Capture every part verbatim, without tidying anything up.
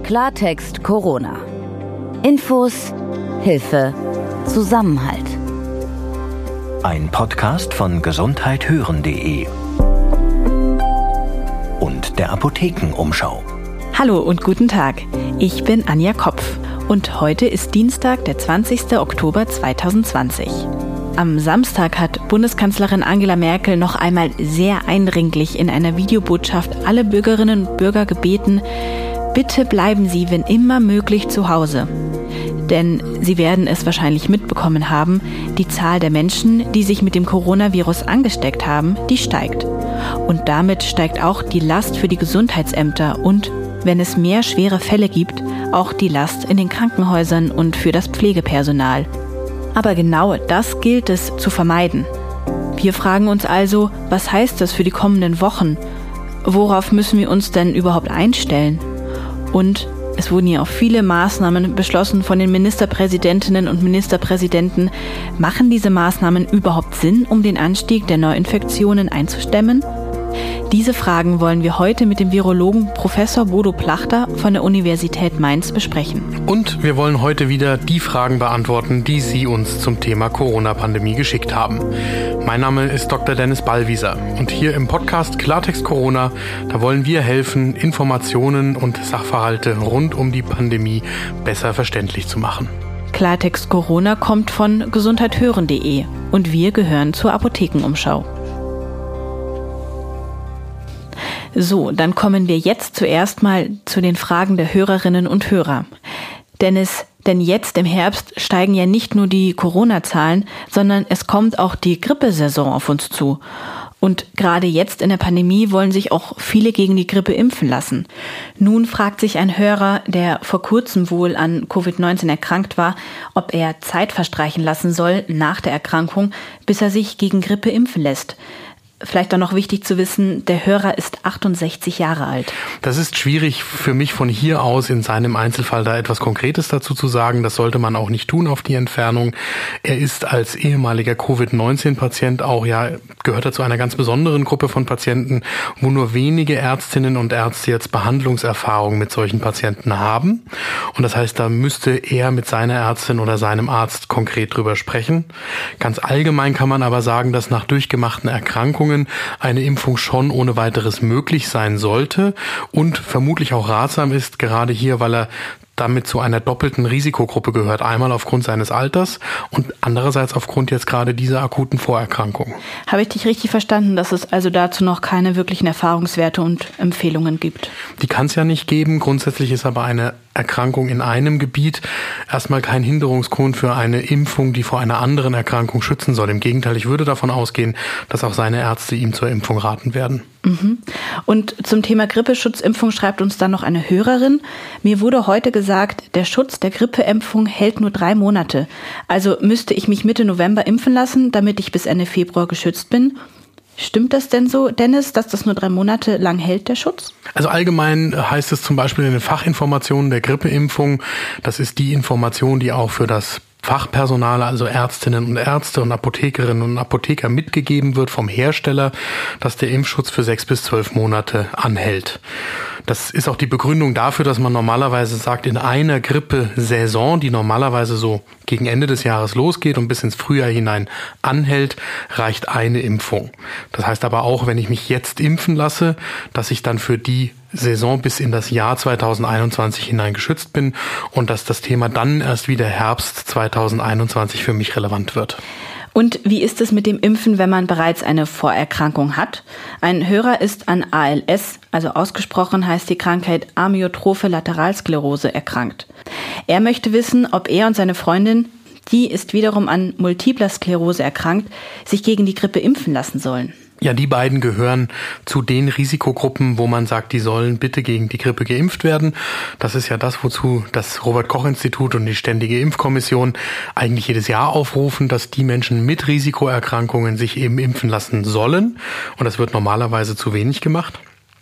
Klartext Corona. Infos, Hilfe, Zusammenhalt. Ein Podcast von gesundheit hören punkt de und der Apothekenumschau. Hallo und guten Tag. Ich bin Anja Kopf und heute ist Dienstag, der zwanzigster Oktober zweitausendzwanzig. Am Samstag hat Bundeskanzlerin Angela Merkel noch einmal sehr eindringlich in einer Videobotschaft alle Bürgerinnen und Bürger gebeten, bitte bleiben Sie, wenn immer möglich, zu Hause. Denn Sie werden es wahrscheinlich mitbekommen haben, die Zahl der Menschen, die sich mit dem Coronavirus angesteckt haben, die steigt. Und damit steigt auch die Last für die Gesundheitsämter und, wenn es mehr schwere Fälle gibt, auch die Last in den Krankenhäusern und für das Pflegepersonal. Aber genau das gilt es zu vermeiden. Wir fragen uns also, was heißt das für die kommenden Wochen? Worauf müssen wir uns denn überhaupt einstellen? Und es wurden ja auch viele Maßnahmen beschlossen von den Ministerpräsidentinnen und Ministerpräsidenten. Machen diese Maßnahmen überhaupt Sinn, um den Anstieg der Neuinfektionen einzudämmen? Diese Fragen wollen wir heute mit dem Virologen Professor Bodo Plachter von der Universität Mainz besprechen. Und wir wollen heute wieder die Fragen beantworten, die Sie uns zum Thema Corona-Pandemie geschickt haben. Mein Name ist Doktor Dennis Ballwieser und hier im Podcast Klartext Corona, da wollen wir helfen, Informationen und Sachverhalte rund um die Pandemie besser verständlich zu machen. Klartext Corona kommt von gesundheit hören punkt de und wir gehören zur Apothekenumschau. So, dann kommen wir jetzt zuerst mal zu den Fragen der Hörerinnen und Hörer. Dennis, denn jetzt im Herbst steigen ja nicht nur die Corona-Zahlen, sondern es kommt auch die Grippesaison auf uns zu. Und gerade jetzt in der Pandemie wollen sich auch viele gegen die Grippe impfen lassen. Nun fragt sich ein Hörer, der vor kurzem wohl an Covid neunzehn erkrankt war, ob er Zeit verstreichen lassen soll nach der Erkrankung, bis er sich gegen Grippe impfen lässt. Vielleicht auch noch wichtig zu wissen, der Hörer ist achtundsechzig Jahre alt. Das ist schwierig für mich von hier aus in seinem Einzelfall da etwas Konkretes dazu zu sagen. Das sollte man auch nicht tun auf die Entfernung. Er ist als ehemaliger Covid neunzehn Patient auch, ja, gehört er zu einer ganz besonderen Gruppe von Patienten, wo nur wenige Ärztinnen und Ärzte jetzt Behandlungserfahrung mit solchen Patienten haben. Und das heißt, da müsste er mit seiner Ärztin oder seinem Arzt konkret drüber sprechen. Ganz allgemein kann man aber sagen, dass nach durchgemachten Erkrankungen eine Impfung schon ohne weiteres möglich sein sollte und vermutlich auch ratsam ist, gerade hier, weil er damit zu einer doppelten Risikogruppe gehört. Einmal aufgrund seines Alters und andererseits aufgrund jetzt gerade dieser akuten Vorerkrankung. Habe ich dich richtig verstanden, dass es also dazu noch keine wirklichen Erfahrungswerte und Empfehlungen gibt? Die kann es ja nicht geben. Grundsätzlich ist aber eine Erkrankung in einem Gebiet erstmal kein Hinderungsgrund für eine Impfung, die vor einer anderen Erkrankung schützen soll. Im Gegenteil, ich würde davon ausgehen, dass auch seine Ärzte ihm zur Impfung raten werden. Mhm. Und zum Thema Grippeschutzimpfung schreibt uns dann noch eine Hörerin. Mir wurde heute gesagt, der Schutz der Grippeimpfung hält nur drei Monate. Also müsste ich mich Mitte November impfen lassen, damit ich bis Ende Februar geschützt bin. Stimmt das denn so, Dennis, dass das nur drei Monate lang hält, der Schutz? Also allgemein heißt es zum Beispiel in den Fachinformationen der Grippeimpfung, das ist die Information, die auch für das Fachpersonal, also Ärztinnen und Ärzte und Apothekerinnen und Apotheker mitgegeben wird vom Hersteller, dass der Impfschutz für sechs bis zwölf Monate anhält. Das ist auch die Begründung dafür, dass man normalerweise sagt, in einer Grippesaison, die normalerweise so gegen Ende des Jahres losgeht und bis ins Frühjahr hinein anhält, reicht eine Impfung. Das heißt aber auch, wenn ich mich jetzt impfen lasse, dass ich dann für die Saison bis in das Jahr zweitausendeinundzwanzig hinein geschützt bin und dass das Thema dann erst wieder Herbst zweitausendeinundzwanzig für mich relevant wird. Und wie ist es mit dem Impfen, wenn man bereits eine Vorerkrankung hat? Ein Hörer ist an A L S, also ausgesprochen heißt die Krankheit Amyotrophe Lateralsklerose, erkrankt. Er möchte wissen, ob er und seine Freundin, die ist wiederum an Multipler Sklerose erkrankt, sich gegen die Grippe impfen lassen sollen. Ja, die beiden gehören zu den Risikogruppen, wo man sagt, die sollen bitte gegen die Grippe geimpft werden. Das ist ja das, wozu das Robert-Koch-Institut und die Ständige Impfkommission eigentlich jedes Jahr aufrufen, dass die Menschen mit Risikoerkrankungen sich eben impfen lassen sollen. Und das wird normalerweise zu wenig gemacht.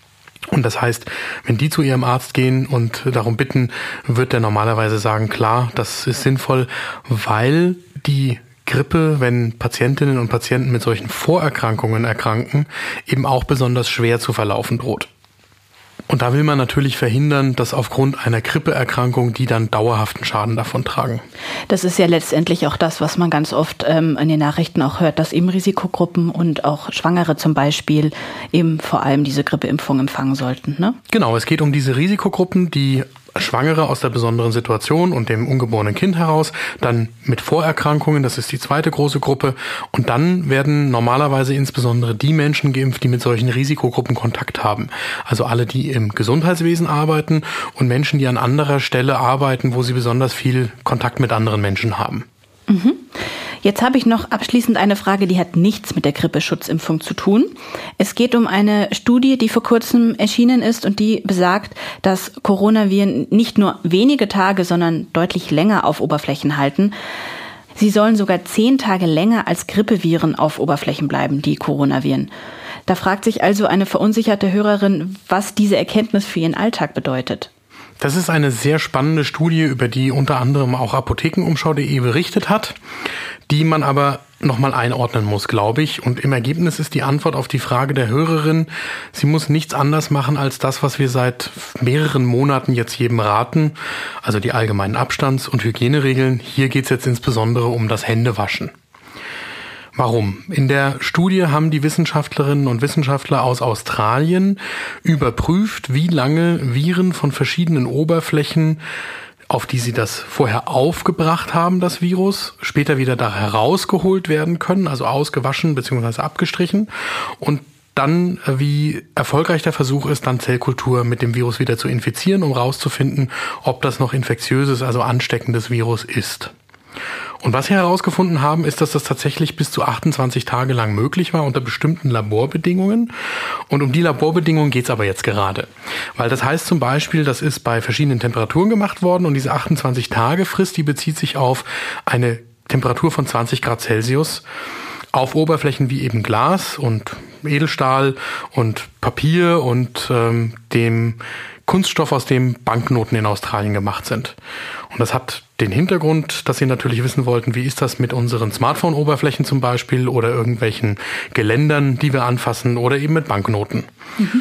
Und das heißt, wenn die zu ihrem Arzt gehen und darum bitten, wird der normalerweise sagen, klar, das ist sinnvoll, weil die Grippe, wenn Patientinnen und Patienten mit solchen Vorerkrankungen erkranken, eben auch besonders schwer zu verlaufen droht. Und da will man natürlich verhindern, dass aufgrund einer Grippeerkrankung die dann dauerhaften Schaden davontragen. Das ist ja letztendlich auch das, was man ganz oft ähm, in den Nachrichten auch hört, dass eben Risikogruppen und auch Schwangere zum Beispiel eben vor allem diese Grippeimpfung empfangen sollten, ne? Genau, es geht um diese Risikogruppen, die Schwangere aus der besonderen Situation und dem ungeborenen Kind heraus, dann mit Vorerkrankungen, das ist die zweite große Gruppe, und dann werden normalerweise insbesondere die Menschen geimpft, die mit solchen Risikogruppen Kontakt haben. Also alle, die im Gesundheitswesen arbeiten und Menschen, die an anderer Stelle arbeiten, wo sie besonders viel Kontakt mit anderen Menschen haben. Mhm. Jetzt habe ich noch abschließend eine Frage, die hat nichts mit der Grippeschutzimpfung zu tun. Es geht um eine Studie, die vor kurzem erschienen ist und die besagt, dass Coronaviren nicht nur wenige Tage, sondern deutlich länger auf Oberflächen halten. Sie sollen sogar zehn Tage länger als Grippeviren auf Oberflächen bleiben, die Coronaviren. Da fragt sich also eine verunsicherte Hörerin, was diese Erkenntnis für ihren Alltag bedeutet. Das ist eine sehr spannende Studie, über die unter anderem auch apothekenumschau punkt de berichtet hat, die man aber nochmal einordnen muss, glaube ich. Und im Ergebnis ist die Antwort auf die Frage der Hörerin, sie muss nichts anders machen als das, was wir seit mehreren Monaten jetzt jedem raten, also die allgemeinen Abstands- und Hygieneregeln. Hier geht es jetzt insbesondere um das Händewaschen. Warum? In der Studie haben die Wissenschaftlerinnen und Wissenschaftler aus Australien überprüft, wie lange Viren von verschiedenen Oberflächen, auf die sie das vorher aufgebracht haben, das Virus, später wieder da herausgeholt werden können, also ausgewaschen bzw. abgestrichen, und dann, wie erfolgreich der Versuch ist, dann Zellkultur mit dem Virus wieder zu infizieren, um rauszufinden, ob das noch infektiöses, also ansteckendes Virus ist. Und was sie herausgefunden haben, ist, dass das tatsächlich bis zu achtundzwanzig Tage lang möglich war unter bestimmten Laborbedingungen. Und um die Laborbedingungen geht's aber jetzt gerade. Weil das heißt zum Beispiel, das ist bei verschiedenen Temperaturen gemacht worden und diese achtundzwanzig Tage Frist, die bezieht sich auf eine Temperatur von zwanzig Grad Celsius auf Oberflächen wie eben Glas und Edelstahl und Papier und ähm, dem Kunststoff, aus dem Banknoten in Australien gemacht sind. Und das hat den Hintergrund, dass sie natürlich wissen wollten, wie ist das mit unseren Smartphone-Oberflächen zum Beispiel oder irgendwelchen Geländern, die wir anfassen, oder eben mit Banknoten. Mhm.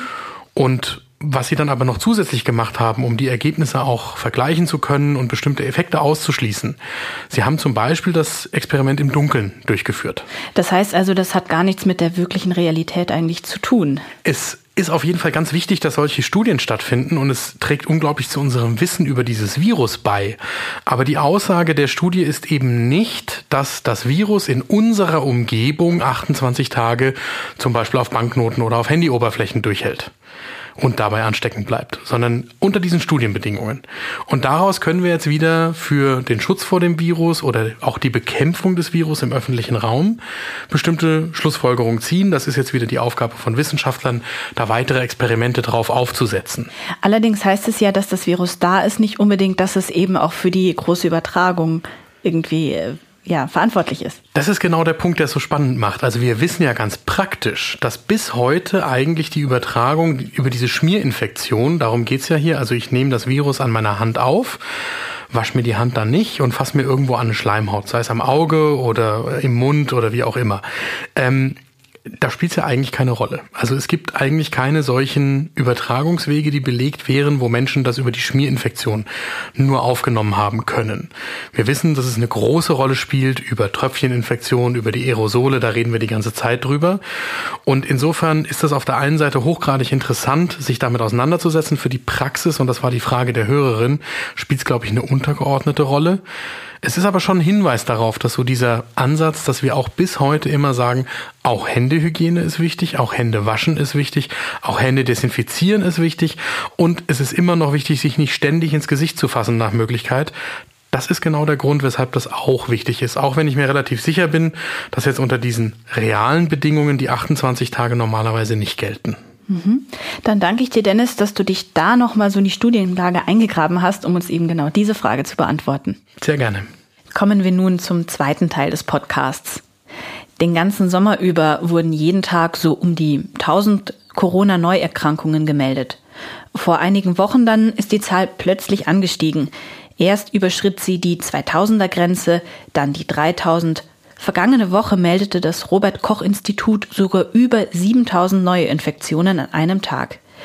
Und was sie dann aber noch zusätzlich gemacht haben, um die Ergebnisse auch vergleichen zu können und bestimmte Effekte auszuschließen. Sie haben zum Beispiel das Experiment im Dunkeln durchgeführt. Das heißt also, das hat gar nichts mit der wirklichen Realität eigentlich zu tun. Es ist auf jeden Fall ganz wichtig, dass solche Studien stattfinden, und es trägt unglaublich zu unserem Wissen über dieses Virus bei. Aber die Aussage der Studie ist eben nicht, dass das Virus in unserer Umgebung achtundzwanzig Tage zum Beispiel auf Banknoten oder auf Handyoberflächen durchhält und dabei ansteckend bleibt, sondern unter diesen Studienbedingungen. Und daraus können wir jetzt wieder für den Schutz vor dem Virus oder auch die Bekämpfung des Virus im öffentlichen Raum bestimmte Schlussfolgerungen ziehen. Das ist jetzt wieder die Aufgabe von Wissenschaftlern, da weitere Experimente drauf aufzusetzen. Allerdings heißt es ja, dass das Virus da ist, nicht unbedingt, dass es eben auch für die große Übertragung irgendwie ja, verantwortlich ist. Das ist genau der Punkt, der es so spannend macht. Also wir wissen ja ganz praktisch, dass bis heute eigentlich die Übertragung über diese Schmierinfektion, darum geht's ja hier, also ich nehme das Virus an meiner Hand auf, wasche mir die Hand dann nicht und fasse mir irgendwo an eine Schleimhaut, sei es am Auge oder im Mund oder wie auch immer. Ähm, da spielt es ja eigentlich keine Rolle. Also es gibt eigentlich keine solchen Übertragungswege, die belegt wären, wo Menschen das über die Schmierinfektion nur aufgenommen haben können. Wir wissen, dass es eine große Rolle spielt über Tröpfcheninfektionen, über die Aerosole, da reden wir die ganze Zeit drüber. Und insofern ist das auf der einen Seite hochgradig interessant, sich damit auseinanderzusetzen. Für die Praxis, und das war die Frage der Hörerin, spielt es, glaube ich, eine untergeordnete Rolle. Es ist aber schon ein Hinweis darauf, dass so dieser Ansatz, dass wir auch bis heute immer sagen, auch Händehygiene ist wichtig, auch Hände waschen ist wichtig, auch Hände desinfizieren ist wichtig, und es ist immer noch wichtig, sich nicht ständig ins Gesicht zu fassen nach Möglichkeit. Das ist genau der Grund, weshalb das auch wichtig ist. Auch wenn ich mir relativ sicher bin, dass jetzt unter diesen realen Bedingungen die achtundzwanzig Tage normalerweise nicht gelten. Mhm. Dann danke ich dir, Dennis, dass du dich da nochmal so in die Studienlage eingegraben hast, um uns eben genau diese Frage zu beantworten. Sehr gerne. Kommen wir nun zum zweiten Teil des Podcasts. Den ganzen Sommer über wurden jeden Tag so um die tausend Corona-Neuerkrankungen gemeldet. Vor einigen Wochen dann ist die Zahl plötzlich angestiegen. Erst überschritt sie die zweitausender-Grenze, dann die dreitausend. Vergangene Woche meldete das Robert-Koch-Institut sogar über siebentausend neue Infektionen an einem Tag.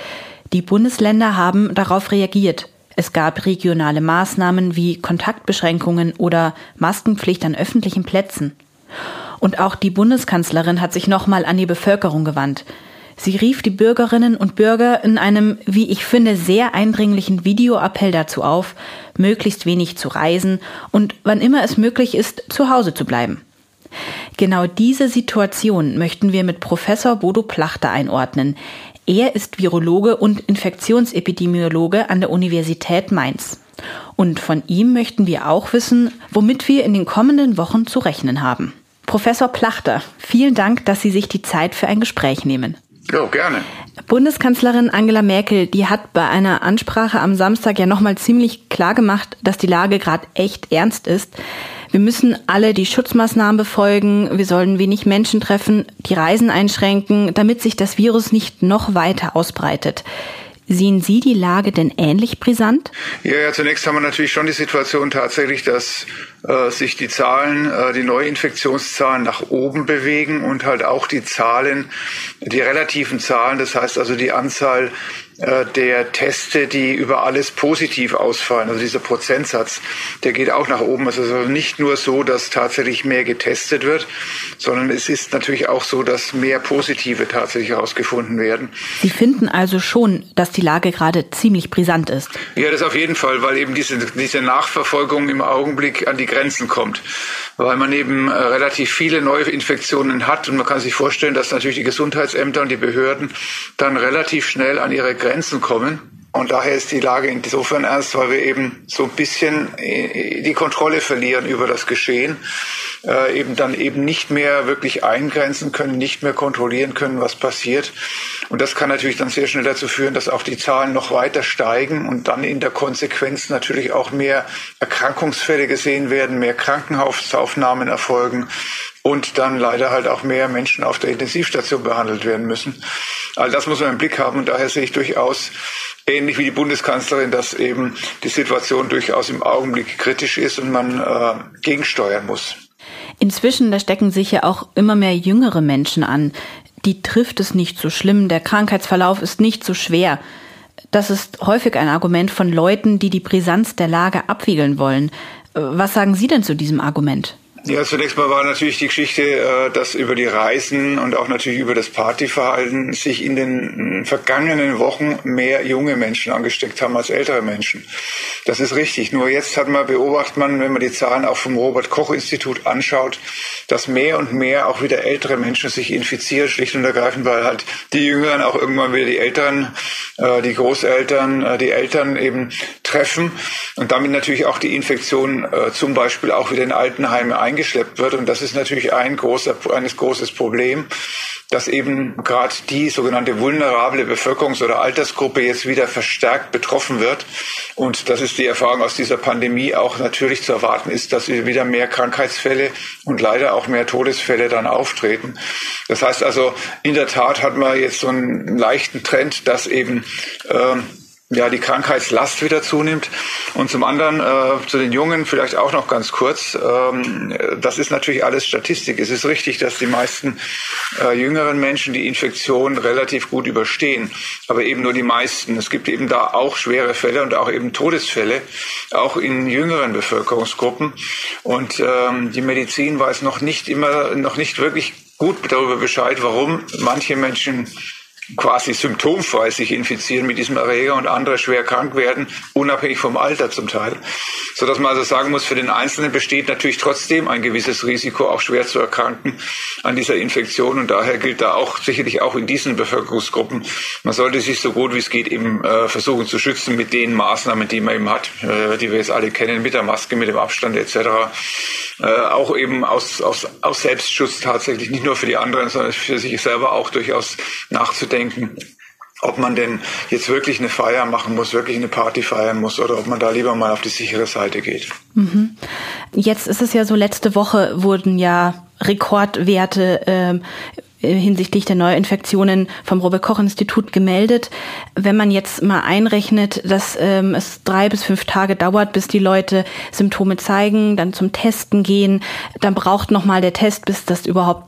Die Bundesländer haben darauf reagiert. Es gab regionale Maßnahmen wie Kontaktbeschränkungen oder Maskenpflicht an öffentlichen Plätzen. Und auch die Bundeskanzlerin hat sich nochmal an die Bevölkerung gewandt. Sie rief die Bürgerinnen und Bürger in einem, wie ich finde, sehr eindringlichen Videoappell dazu auf, möglichst wenig zu reisen und wann immer es möglich ist, zu Hause zu bleiben. Genau diese Situation möchten wir mit Professor Bodo Plachter einordnen. Er ist Virologe und Infektionsepidemiologe an der Universität Mainz. Und von ihm möchten wir auch wissen, womit wir in den kommenden Wochen zu rechnen haben. Professor Plachter, vielen Dank, dass Sie sich die Zeit für ein Gespräch nehmen. Ja, gerne. Bundeskanzlerin Angela Merkel, die hat bei einer Ansprache am Samstag ja nochmal ziemlich klar gemacht, dass die Lage gerade echt ernst ist. Wir müssen alle die Schutzmaßnahmen befolgen, wir sollen wenig Menschen treffen, die Reisen einschränken, damit sich das Virus nicht noch weiter ausbreitet. Sehen Sie die Lage denn ähnlich brisant? Ja, ja, zunächst haben wir natürlich schon die Situation tatsächlich, dass äh, sich die Zahlen, äh, die Neuinfektionszahlen nach oben bewegen und halt auch die Zahlen, die relativen Zahlen, das heißt also die Anzahl äh, der Teste, die über alles positiv ausfallen, also dieser Prozentsatz, der geht auch nach oben. Es ist also nicht nur so, dass tatsächlich mehr getestet wird, sondern es ist natürlich auch so, dass mehr Positive tatsächlich herausgefunden werden. Sie finden also schon, dass die Lage gerade ziemlich brisant ist? Ja, das auf jeden Fall, weil eben diese, diese Nachverfolgung im Augenblick an die Grenzen kommt. Weil man eben äh, relativ viele Neuinfektionen hat und man kann sich vorstellen, dass natürlich die Gesundheitsämter und die Behörden dann relativ schnell an ihre Grenzen kommen. Und daher ist die Lage insofern ernst, weil wir eben so ein bisschen die Kontrolle verlieren über das Geschehen, äh, eben dann eben nicht mehr wirklich eingrenzen können, nicht mehr kontrollieren können, was passiert. Und das kann natürlich dann sehr schnell dazu führen, dass auch die Zahlen noch weiter steigen und dann in der Konsequenz natürlich auch mehr Erkrankungsfälle gesehen werden, mehr Krankenhausaufnahmen erfolgen und dann leider halt auch mehr Menschen auf der Intensivstation behandelt werden müssen. All das muss man im Blick haben und daher sehe ich durchaus, ähnlich wie die Bundeskanzlerin, dass eben die Situation durchaus im Augenblick kritisch ist und man äh, gegensteuern muss. Inzwischen, da stecken sich ja auch immer mehr jüngere Menschen an. Die trifft es nicht so schlimm, der Krankheitsverlauf ist nicht so schwer. Das ist häufig ein Argument von Leuten, die die Brisanz der Lage abwiegeln wollen. Was sagen Sie denn zu diesem Argument? Ja, zunächst mal war natürlich die Geschichte, dass über die Reisen und auch natürlich über das Partyverhalten sich in den vergangenen Wochen mehr junge Menschen angesteckt haben als ältere Menschen. Das ist richtig. Nur jetzt hat man, beobachtet man, wenn man die Zahlen auch vom Robert-Koch-Institut anschaut, dass mehr und mehr auch wieder ältere Menschen sich infizieren, schlicht und ergreifend, weil halt die Jüngeren auch irgendwann wieder die Eltern, die Großeltern, die Eltern eben treffen und damit natürlich auch die Infektion zum Beispiel auch wieder in Altenheime eingeschleppt wird. Und das ist natürlich ein großer, ein großes Problem, dass eben gerade die sogenannte vulnerable Bevölkerungs- oder Altersgruppe jetzt wieder verstärkt betroffen wird. Und das ist die Erfahrung aus dieser Pandemie auch natürlich zu erwarten ist, dass wieder mehr Krankheitsfälle und leider auch mehr Todesfälle dann auftreten. Das heißt also, in der Tat hat man jetzt so einen leichten Trend, dass eben ähm, ja die Krankheitslast wieder zunimmt. Und zum anderen äh, zu den Jungen vielleicht auch noch ganz kurz, ähm, das ist natürlich alles Statistik. Es ist richtig, dass die meisten äh, jüngeren Menschen die Infektion relativ gut überstehen, aber eben nur die meisten. Es gibt eben da auch schwere Fälle und auch eben Todesfälle, auch in jüngeren Bevölkerungsgruppen. Und ähm, die Medizin weiß noch nicht immer, noch nicht wirklich gut darüber Bescheid, warum manche Menschen quasi symptomfrei sich infizieren mit diesem Erreger und andere schwer krank werden, unabhängig vom Alter zum Teil. Sodass man also sagen muss, für den Einzelnen besteht natürlich trotzdem ein gewisses Risiko, auch schwer zu erkranken an dieser Infektion. Und daher gilt da auch sicherlich auch in diesen Bevölkerungsgruppen, man sollte sich so gut wie es geht eben äh, versuchen zu schützen mit den Maßnahmen, die man eben hat, äh, die wir jetzt alle kennen, mit der Maske, mit dem Abstand et cetera. Äh, auch eben aus, aus, aus Selbstschutz tatsächlich, nicht nur für die anderen, sondern für sich selber auch durchaus nachzudenken, ob man denn jetzt wirklich eine Feier machen muss, wirklich eine Party feiern muss oder ob man da lieber mal auf die sichere Seite geht. Mhm. Jetzt ist es ja so, letzte Woche wurden ja Rekordwerte ähm, hinsichtlich der Neuinfektionen vom Robert-Koch-Institut gemeldet. Wenn man jetzt mal einrechnet, dass ähm, es drei bis fünf Tage dauert, bis die Leute Symptome zeigen, dann zum Testen gehen, dann braucht nochmal der Test, bis das überhaupt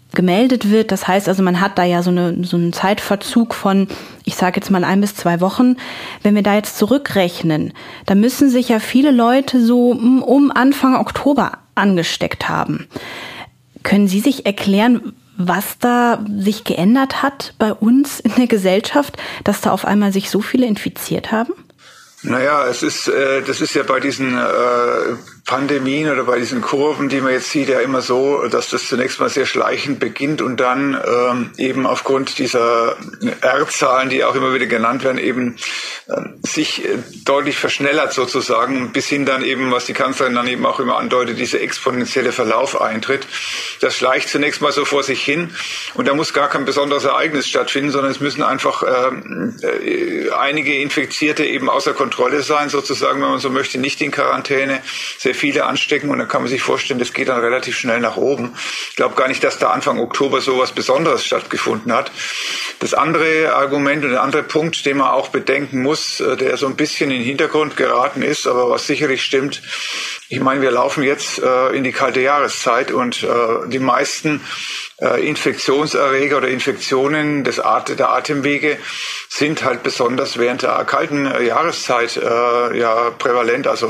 gemeldet wird. Das heißt also, man hat da ja so, eine, so einen Zeitverzug von, ich sage jetzt mal ein bis zwei Wochen. Wenn wir da jetzt zurückrechnen, da müssen sich ja viele Leute so um Anfang Oktober angesteckt haben. Können Sie sich erklären, was da sich geändert hat bei uns in der Gesellschaft, dass da auf einmal sich so viele infiziert haben? Naja, es ist, äh, das ist ja bei diesen äh, Pandemien oder bei diesen Kurven, die man jetzt sieht, ja immer so, dass das zunächst mal sehr schleichend beginnt und dann ähm, eben aufgrund dieser R-Zahlen, die auch immer wieder genannt werden, eben äh, sich äh, deutlich verschnellert sozusagen, bis hin dann eben, was die Kanzlerin dann eben auch immer andeutet, dieser exponentielle Verlauf eintritt. Das schleicht zunächst mal so vor sich hin und da muss gar kein besonderes Ereignis stattfinden, sondern es müssen einfach äh, äh, einige Infizierte eben außer Kontrolle sein, sozusagen, wenn man so möchte, nicht in Quarantäne, sehr viele anstecken und dann kann man sich vorstellen, das geht dann relativ schnell nach oben. Ich glaube gar nicht, dass da Anfang Oktober so was Besonderes stattgefunden hat. Das andere Argument und der andere Punkt, den man auch bedenken muss, der so ein bisschen in den Hintergrund geraten ist, aber was sicherlich stimmt, ich meine, wir laufen jetzt äh, in die kalte Jahreszeit und äh, die meisten äh, Infektionserreger oder Infektionen des At- der Atemwege sind halt besonders während der kalten äh, Jahreszeit äh, ja prävalent, also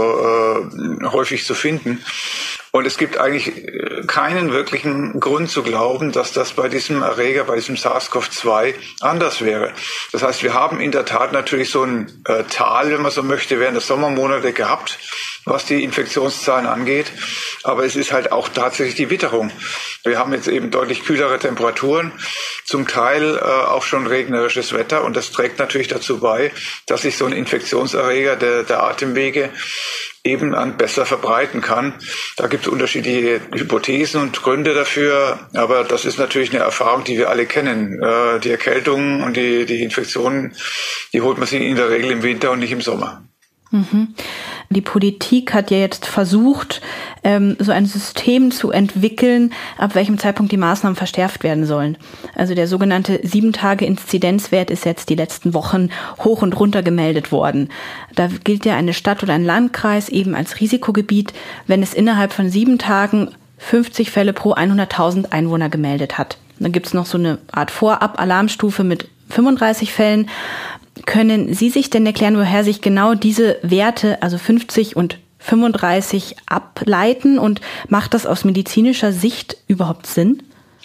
äh, häufig zu finden. Und es gibt eigentlich keinen wirklichen Grund zu glauben, dass das bei diesem Erreger, bei diesem SARS-C o V zwei anders wäre. Das heißt, wir haben in der Tat natürlich so ein äh, Tal, wenn man so möchte, während der Sommermonate gehabt, was die Infektionszahlen angeht. Aber es ist halt auch tatsächlich die Witterung. Wir haben jetzt eben deutlich kühlere Temperaturen, zum Teil äh, auch schon regnerisches Wetter. Und das trägt natürlich dazu bei, dass sich so ein Infektionserreger der, der Atemwege eben an besser verbreiten kann. Da gibt es unterschiedliche Hypothesen und Gründe dafür, aber das ist natürlich eine Erfahrung, die wir alle kennen. Äh, die Erkältungen und die, die Infektionen, die holt man sich in der Regel im Winter und nicht im Sommer. Mhm. Die Politik hat ja jetzt versucht, ähm, so ein System zu entwickeln, ab welchem Zeitpunkt die Maßnahmen verschärft werden sollen. Also der sogenannte sieben-Tage-Inzidenzwert ist jetzt die letzten Wochen hoch und runter gemeldet worden. Da gilt ja eine Stadt oder ein Landkreis eben als Risikogebiet, wenn es innerhalb von sieben Tagen fünfzig Fälle pro hunderttausend Einwohner gemeldet hat. Dann gibt es noch so eine Art Vorab-Alarmstufe mit fünfunddreißig Fällen. Können Sie sich denn erklären, woher sich genau diese Werte, also fünfzig und fünfunddreißig, ableiten? Und macht das aus medizinischer Sicht überhaupt Sinn?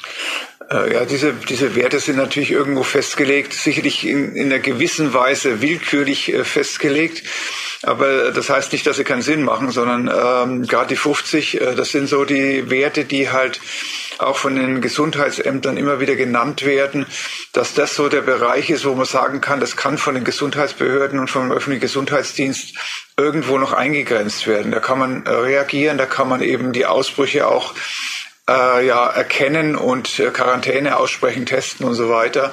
Ja, diese, diese Werte sind natürlich irgendwo festgelegt, sicherlich in, in einer gewissen Weise willkürlich äh, festgelegt. Aber das heißt nicht, dass sie keinen Sinn machen, sondern ähm, gerade die fünfzig, äh, das sind so die Werte, die halt auch von den Gesundheitsämtern immer wieder genannt werden, dass das so der Bereich ist, wo man sagen kann, das kann von den Gesundheitsbehörden und vom öffentlichen Gesundheitsdienst irgendwo noch eingegrenzt werden. Da kann man reagieren, da kann man eben die Ausbrüche auch Äh, ja, erkennen und äh, Quarantäne aussprechen, testen und so weiter.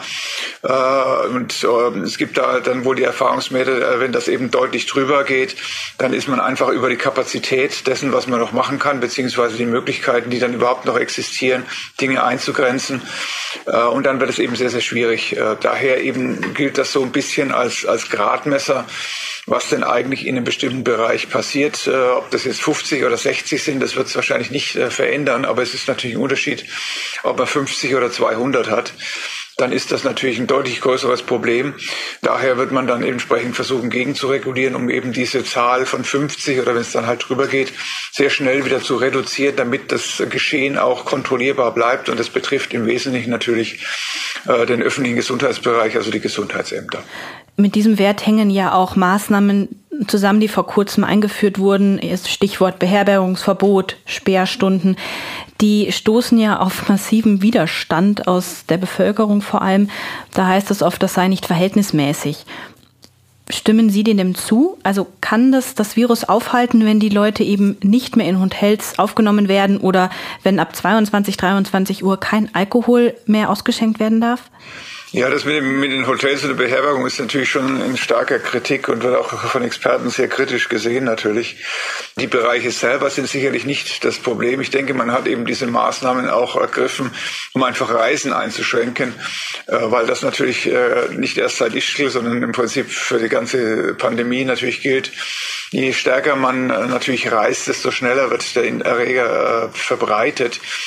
Äh, und äh, es gibt da dann wohl die Erfahrungswerte, äh, wenn das eben deutlich drüber geht, dann ist man einfach über die Kapazität dessen, was man noch machen kann, beziehungsweise die Möglichkeiten, die dann überhaupt noch existieren, Dinge einzugrenzen. Äh, und dann wird es eben sehr, sehr schwierig. Äh, daher eben gilt das so ein bisschen als, als Gradmesser, was denn eigentlich in einem bestimmten Bereich passiert. Äh, ob das jetzt fünfzig oder sechzig sind, das wird es wahrscheinlich nicht äh, verändern, aber es ist natürlich ein Unterschied, ob man fünfzig oder zweihundert hat. Dann ist das natürlich ein deutlich größeres Problem. Daher wird man dann entsprechend versuchen, gegenzuregulieren, um eben diese Zahl von fünfzig oder wenn es dann halt drüber geht, sehr schnell wieder zu reduzieren, damit das Geschehen auch kontrollierbar bleibt. Und das betrifft im Wesentlichen natürlich äh, den öffentlichen Gesundheitsbereich, also die Gesundheitsämter. Mit diesem Wert hängen ja auch Maßnahmen zusammen, die vor kurzem eingeführt wurden. Stichwort Beherbergungsverbot, Sperrstunden. Die stoßen ja auf massiven Widerstand aus der Bevölkerung vor allem. Da heißt es oft, das sei nicht verhältnismäßig. Stimmen Sie dem zu? Also kann das das Virus aufhalten, wenn die Leute eben nicht mehr in Hotels aufgenommen werden oder wenn ab zweiundzwanzig, dreiundzwanzig Uhr kein Alkohol mehr ausgeschenkt werden darf? Ja, das mit, dem, mit den Hotels und der Beherbergung ist natürlich schon in starker Kritik und wird auch von Experten sehr kritisch gesehen natürlich. Die Bereiche selber sind sicherlich nicht das Problem. Ich denke, man hat eben diese Maßnahmen auch ergriffen, um einfach Reisen einzuschränken, weil das natürlich nicht erst seit Ischgl, sondern im Prinzip für die ganze Pandemie natürlich gilt. Je stärker man natürlich reist, desto schneller wird der Erreger verbreitet.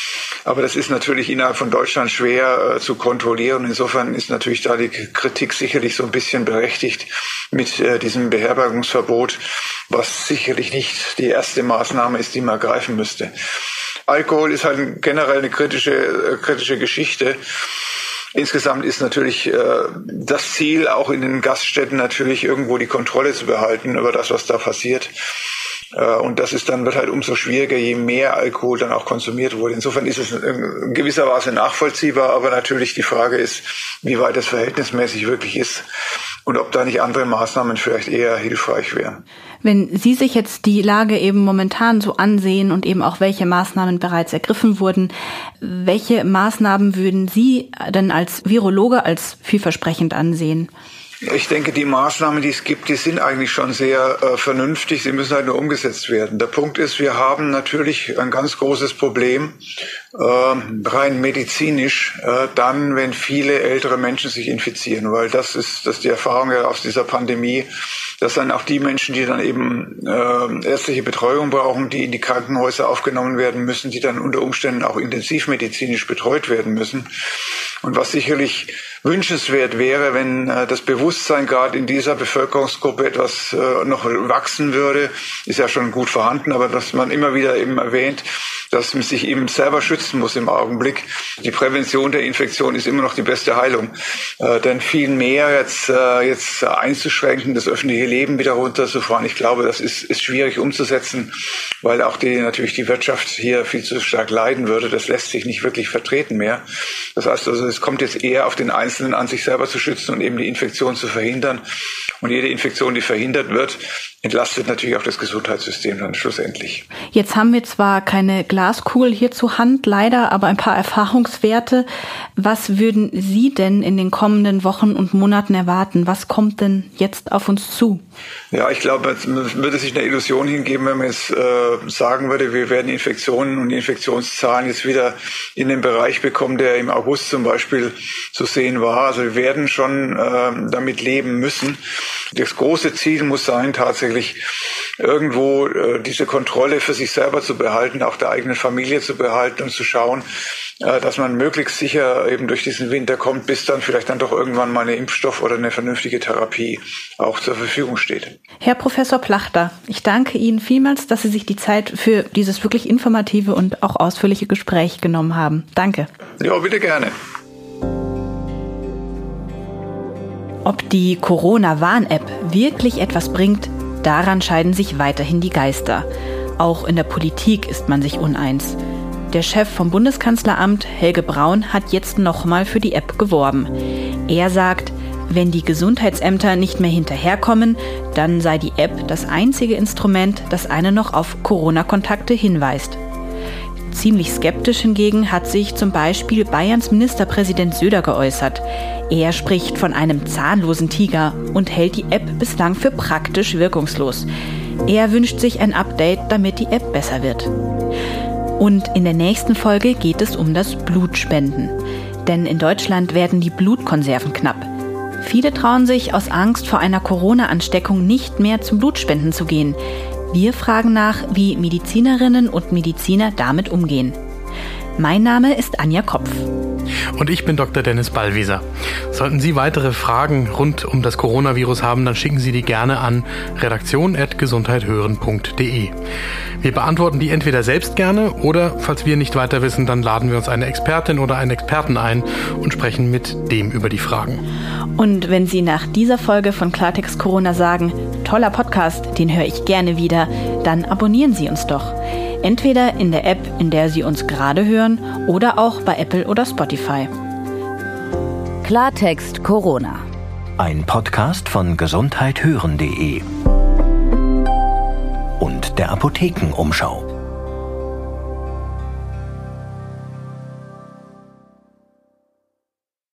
Aber das ist natürlich innerhalb von Deutschland schwer äh, zu kontrollieren. Insofern ist natürlich da die Kritik sicherlich so ein bisschen berechtigt mit äh, diesem Beherbergungsverbot, was sicherlich nicht die erste Maßnahme ist, die man ergreifen müsste. Alkohol ist halt generell eine kritische, äh, kritische Geschichte. Insgesamt ist natürlich äh, das Ziel, auch in den Gaststätten natürlich irgendwo die Kontrolle zu behalten über das, was da passiert. Äh, und das ist dann, wird halt umso schwieriger, je mehr Alkohol dann auch konsumiert wurde. Insofern ist es in gewisser Weise nachvollziehbar, aber natürlich die Frage ist, wie weit das verhältnismäßig wirklich ist und ob da nicht andere Maßnahmen vielleicht eher hilfreich wären. Wenn Sie sich jetzt die Lage eben momentan so ansehen und eben auch welche Maßnahmen bereits ergriffen wurden, welche Maßnahmen würden Sie denn als Virologe als vielversprechend ansehen? Ich denke, die Maßnahmen, die es gibt, die sind eigentlich schon sehr äh, vernünftig. Sie müssen halt nur umgesetzt werden. Der Punkt ist, wir haben natürlich ein ganz großes Problem, äh, rein medizinisch, äh, dann, wenn viele ältere Menschen sich infizieren, weil das ist, das ist die Erfahrung ja aus dieser Pandemie, dass dann auch die Menschen, die dann eben äh, ärztliche Betreuung brauchen, die in die Krankenhäuser aufgenommen werden müssen, die dann unter Umständen auch intensivmedizinisch betreut werden müssen. Und was sicherlich wünschenswert wäre, wenn äh, das Bewusstsein gerade in dieser Bevölkerungsgruppe etwas äh, noch wachsen würde, ist ja schon gut vorhanden, aber dass man immer wieder eben erwähnt, dass man sich eben selber schützen muss im Augenblick. Die Prävention der Infektion ist immer noch die beste Heilung. Äh, denn viel mehr jetzt, äh, jetzt einzuschränken, das öffentliche Leben wieder runterzufahren, ich glaube, das ist, ist schwierig umzusetzen, weil auch die, natürlich die Wirtschaft hier viel zu stark leiden würde. Das lässt sich nicht wirklich vertreten mehr. Das heißt also, es kommt jetzt eher auf den Einzelnen an, sich selber zu schützen und eben die Infektion zu verhindern. Und jede Infektion, die verhindert wird, entlastet natürlich auch das Gesundheitssystem dann schlussendlich. Jetzt haben wir zwar keine Glaskugel hier zur Hand, leider, aber ein paar Erfahrungswerte. Was würden Sie denn in den kommenden Wochen und Monaten erwarten? Was kommt denn jetzt auf uns zu? Ja, ich glaube, es würde sich eine Illusion hingeben, wenn man jetzt äh, sagen würde, wir werden Infektionen und Infektionszahlen jetzt wieder in den Bereich bekommen, der im August zum Beispiel zu sehen war. Also wir werden schon äh, damit leben müssen. Das große Ziel muss sein, tatsächlich irgendwo äh, diese Kontrolle für sich selber zu behalten, auch der eigenen Familie zu behalten und zu schauen, äh, dass man möglichst sicher eben durch diesen Winter kommt, bis dann vielleicht dann doch irgendwann mal eine Impfstoff oder eine vernünftige Therapie auch zur Verfügung steht. Herr Professor Plachter, ich danke Ihnen vielmals, dass Sie sich die Zeit für dieses wirklich informative und auch ausführliche Gespräch genommen haben. Danke. Ja, bitte gerne. Ob die Corona-Warn-App wirklich etwas bringt, daran scheiden sich weiterhin die Geister. Auch in der Politik ist man sich uneins. Der Chef vom Bundeskanzleramt, Helge Braun, hat jetzt nochmal für die App geworben. Er sagt, wenn die Gesundheitsämter nicht mehr hinterherkommen, dann sei die App das einzige Instrument, das einen noch auf Corona-Kontakte hinweist. Ziemlich skeptisch hingegen hat sich zum Beispiel Bayerns Ministerpräsident Söder geäußert. Er spricht von einem zahnlosen Tiger und hält die App bislang für praktisch wirkungslos. Er wünscht sich ein Update, damit die App besser wird. Und in der nächsten Folge geht es um das Blutspenden. Denn in Deutschland werden die Blutkonserven knapp. Viele trauen sich aus Angst vor einer Corona-Ansteckung nicht mehr zum Blutspenden zu gehen. Wir fragen nach, wie Medizinerinnen und Mediziner damit umgehen. Mein Name ist Anja Kopf. Und ich bin Doktor Dennis Ballwieser. Sollten Sie weitere Fragen rund um das Coronavirus haben, dann schicken Sie die gerne an redaktion at gesundheithören punkt de. Wir beantworten die entweder selbst gerne oder, falls wir nicht weiter wissen, dann laden wir uns eine Expertin oder einen Experten ein und sprechen mit dem über die Fragen. Und wenn Sie nach dieser Folge von Klartext Corona sagen, toller Podcast, den höre ich gerne wieder, dann abonnieren Sie uns doch. Entweder in der App, in der Sie uns gerade hören, oder auch bei Apple oder Spotify. Klartext Corona. Ein Podcast von gesundheithören punkt de und der Apothekenumschau.